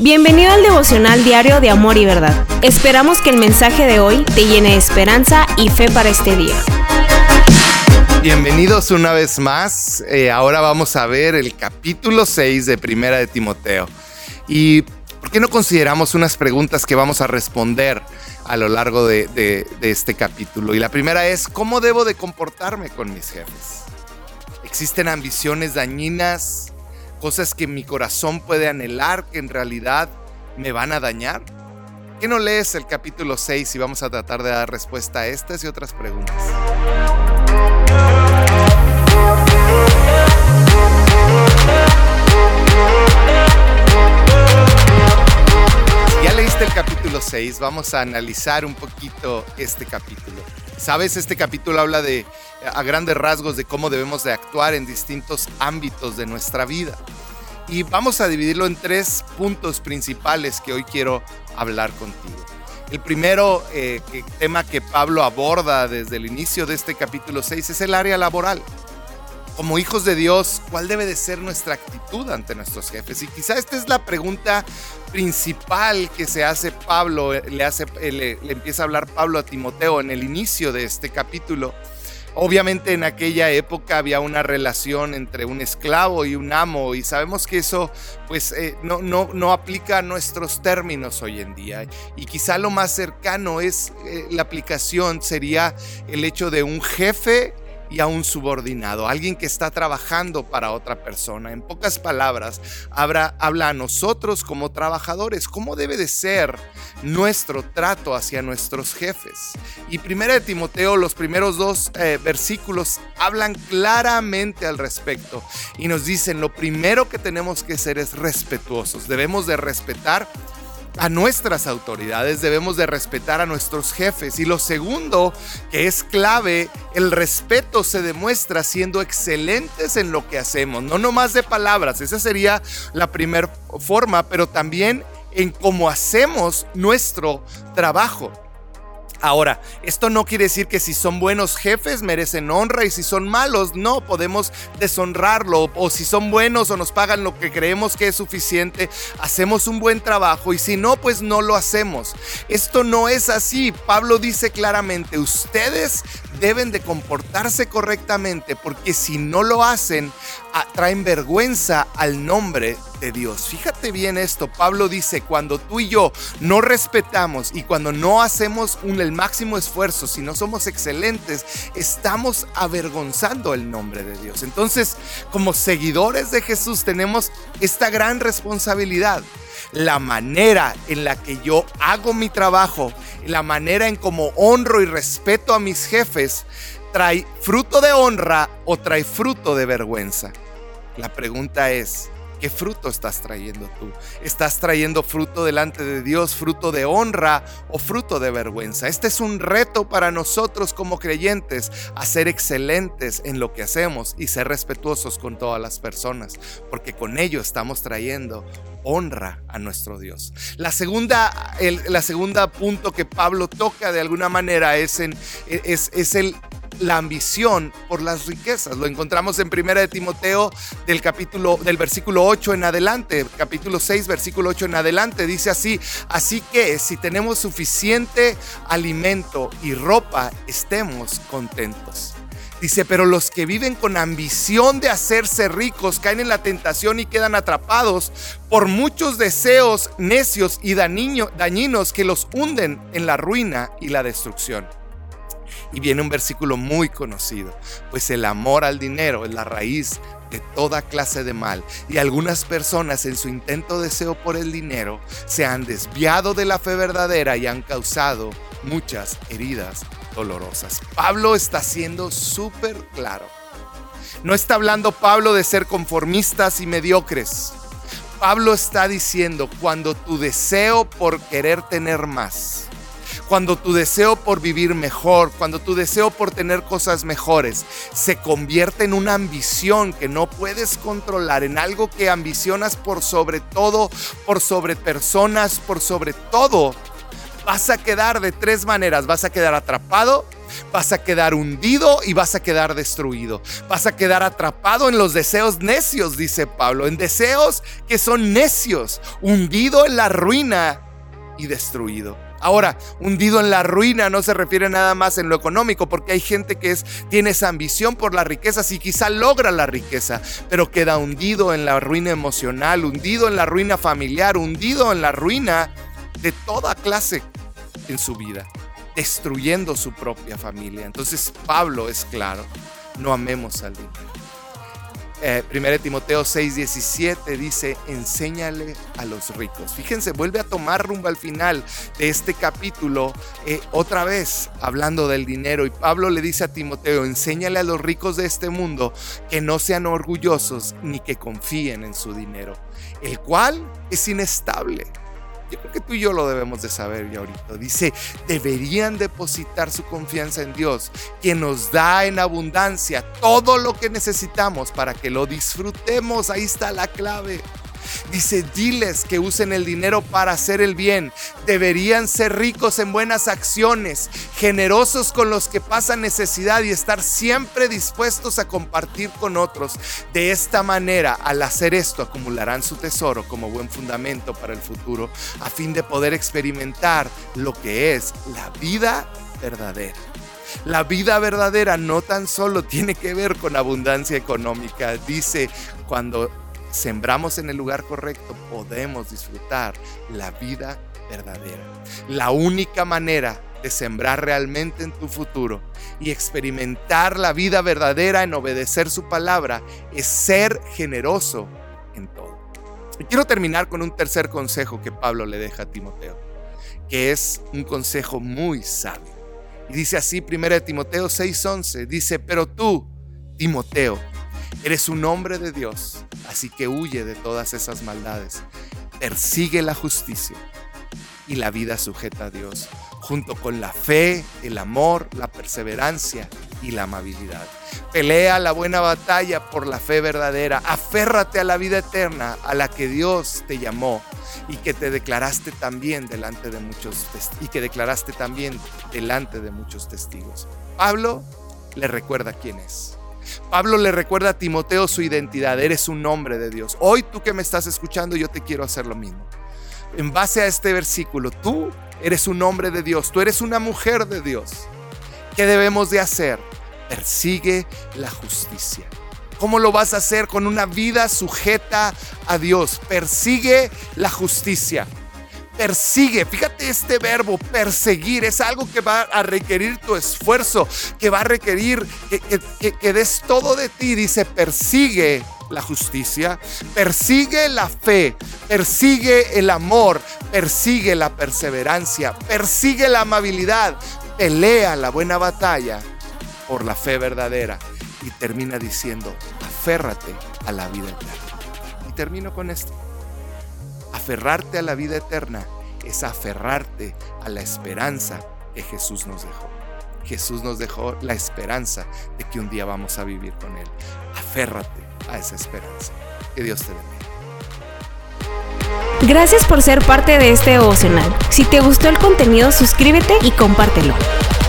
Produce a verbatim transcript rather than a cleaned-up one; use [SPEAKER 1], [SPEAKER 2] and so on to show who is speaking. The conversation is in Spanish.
[SPEAKER 1] Bienvenido al devocional diario de Amor y Verdad. Esperamos que el mensaje de hoy te llene de esperanza y fe para este día.
[SPEAKER 2] Bienvenidos una vez más. Eh, ahora vamos a ver el capítulo seis de Primera de Timoteo. ¿Y por qué no consideramos unas preguntas que vamos a responder a lo largo de, de, de este capítulo? Y la primera es, ¿cómo debo de comportarme con mis jefes? ¿Existen ambiciones dañinas? ¿Cosas que mi corazón puede anhelar que en realidad me van a dañar? ¿Por qué no lees el capítulo seis y vamos a tratar de dar respuesta a estas y otras preguntas? Ya leíste el capítulo seis, vamos a analizar un poquito este capítulo. Sabes, este capítulo habla de, a grandes rasgos, de cómo debemos de actuar en distintos ámbitos de nuestra vida. Y vamos a dividirlo en tres puntos principales que hoy quiero hablar contigo. El primero eh, que, tema que Pablo aborda desde el inicio de este capítulo seis es el área laboral. Como hijos de Dios, ¿cuál debe de ser nuestra actitud ante nuestros jefes? Y quizá esta es la pregunta principal que se hace Pablo, le, hace, le, le empieza a hablar Pablo a Timoteo en el inicio de este capítulo. Obviamente en aquella época había una relación entre un esclavo y un amo, y sabemos que eso pues eh, no, no, no aplica a nuestros términos hoy en día. Y quizá lo más cercano es eh, la aplicación sería el hecho de un jefe y a un subordinado, alguien que está trabajando para otra persona. En pocas palabras, habla, habla a nosotros como trabajadores, cómo debe de ser nuestro trato hacia nuestros jefes. Y Primera de Timoteo, los primeros dos eh, versículos hablan claramente al respecto y nos dicen, lo primero que tenemos que ser es respetuosos. Debemos de respetar a nuestras autoridades, debemos de respetar a nuestros jefes. Y lo segundo, que es clave, el respeto se demuestra siendo excelentes en lo que hacemos, no nomás de palabras, esa sería la primera forma, pero también en cómo hacemos nuestro trabajo. Ahora, esto no quiere decir que si son buenos jefes merecen honra y si son malos no podemos deshonrarlo, o si son buenos o nos pagan lo que creemos que es suficiente, hacemos un buen trabajo, y si no, pues no lo hacemos. Esto no es así. Pablo dice claramente, ustedes deben de comportarse correctamente, porque si no lo hacen, traen vergüenza al nombre de Dios. Fíjate bien esto, Pablo dice, cuando tú y yo no respetamos y cuando no hacemos un, el máximo esfuerzo, si no somos excelentes, estamos avergonzando el nombre de Dios. Entonces, como seguidores de Jesús, tenemos esta gran responsabilidad. La manera en la que yo hago mi trabajo, la manera en cómo honro y respeto a mis jefes, ¿trae fruto de honra o trae fruto de vergüenza? La pregunta es, ¿qué fruto estás trayendo tú? ¿Estás trayendo fruto delante de Dios, fruto de honra o fruto de vergüenza? Este es un reto para nosotros como creyentes, a ser excelentes en lo que hacemos y ser respetuosos con todas las personas, porque con ello estamos trayendo honra a nuestro Dios. La segunda, el la segunda punto que Pablo toca de alguna manera es, en, es, es el la ambición por las riquezas. Lo encontramos en Primera de Timoteo del capítulo del versículo ocho en adelante, capítulo seis, versículo ocho en adelante, dice así: así que si tenemos suficiente alimento y ropa, estemos contentos. Dice, pero los que viven con ambición de hacerse ricos caen en la tentación y quedan atrapados por muchos deseos necios y dañinos que los hunden en la ruina y la destrucción. Y viene un versículo muy conocido, pues el amor al dinero es la raíz de toda clase de mal, y algunas personas en su intento deseo por el dinero se han desviado de la fe verdadera y han causado muchas heridas dolorosas. Pablo está siendo súper claro. No está hablando Pablo de ser conformistas y mediocres. Pablo está diciendo, cuando tu deseo por querer tener más, cuando tu deseo por vivir mejor, cuando tu deseo por tener cosas mejores se convierte en una ambición que no puedes controlar, en algo que ambicionas por sobre todo, por sobre personas, por sobre todo, vas a quedar de tres maneras. Vas a quedar atrapado, Vas a quedar hundido y vas a quedar destruido. Vas a quedar atrapado en los deseos necios, dice Pablo, en deseos que son necios, hundido en la ruina y destruido. Ahora, hundido en la ruina no se refiere nada más en lo económico, porque hay gente que es, tiene esa ambición por las riquezas y quizá logra la riqueza, pero queda hundido en la ruina emocional, hundido en la ruina familiar, hundido en la ruina de toda clase en su vida, destruyendo su propia familia. Entonces Pablo es claro: no amemos al dinero. Eh, primera Timoteo seis diecisiete dice: enséñale a los ricos. Fíjense, vuelve a tomar rumbo al final de este capítulo, eh, otra vez hablando del dinero. Y Pablo le dice a Timoteo: enséñale a los ricos de este mundo que no sean orgullosos ni que confíen en su dinero, el cual es inestable. Yo creo que tú y yo lo debemos de saber ya ahorita. Dice: deberían depositar su confianza en Dios, quien nos da en abundancia todo lo que necesitamos para que lo disfrutemos. Ahí está la clave. Dice: diles que usen el dinero para hacer el bien. Deberían ser ricos en buenas acciones, generosos con los que pasan necesidad y estar siempre dispuestos a compartir con otros. De esta manera, al hacer esto, acumularán su tesoro como buen fundamento para el futuro, a fin de poder experimentar lo que es la vida verdadera. La vida verdadera no tan solo tiene que ver con abundancia económica. Dice: cuando sembramos en el lugar correcto, podemos disfrutar la vida verdadera. La única manera de sembrar realmente en tu futuro y experimentar la vida verdadera en obedecer su palabra es ser generoso en todo. Y quiero terminar con un tercer consejo que Pablo le deja a Timoteo, que es un consejo muy sabio. Y dice así, primera Timoteo seis once, dice: pero tú, Timoteo, eres un hombre de Dios, así que huye de todas esas maldades. Persigue la justicia y la vida sujeta a Dios, junto con la fe, el amor, la perseverancia y la amabilidad. Pelea la buena batalla por la fe verdadera. Aférrate a la vida eterna a la que Dios te llamó y que te declaraste también delante de muchos y que declaraste también delante de muchos testigos. Pablo le recuerda quién es. Pablo le recuerda a Timoteo su identidad. Eres un hombre de Dios. Hoy tú que me estás escuchando, yo te quiero hacer lo mismo. En base a este versículo, tú eres un hombre de Dios, tú eres una mujer de Dios. ¿Qué debemos de hacer? Persigue la justicia. ¿Cómo lo vas a hacer? Con una vida sujeta a Dios. Persigue la justicia. Persigue, fíjate este verbo, perseguir, es algo que va a requerir tu esfuerzo, que va a requerir que, que, que, que des todo de ti. Dice: persigue la justicia, persigue la fe, persigue el amor, persigue la perseverancia, persigue la amabilidad, pelea la buena batalla por la fe verdadera. Y termina diciendo: aférrate a la vida eterna. Y termino con esto. Aferrarte a la vida eterna es aferrarte a la esperanza que Jesús nos dejó. Jesús nos dejó la esperanza de que un día vamos a vivir con Él. Aférrate a esa esperanza. Que Dios te bendiga.
[SPEAKER 1] Gracias por ser parte de este devocional. Si te gustó el contenido, suscríbete y compártelo.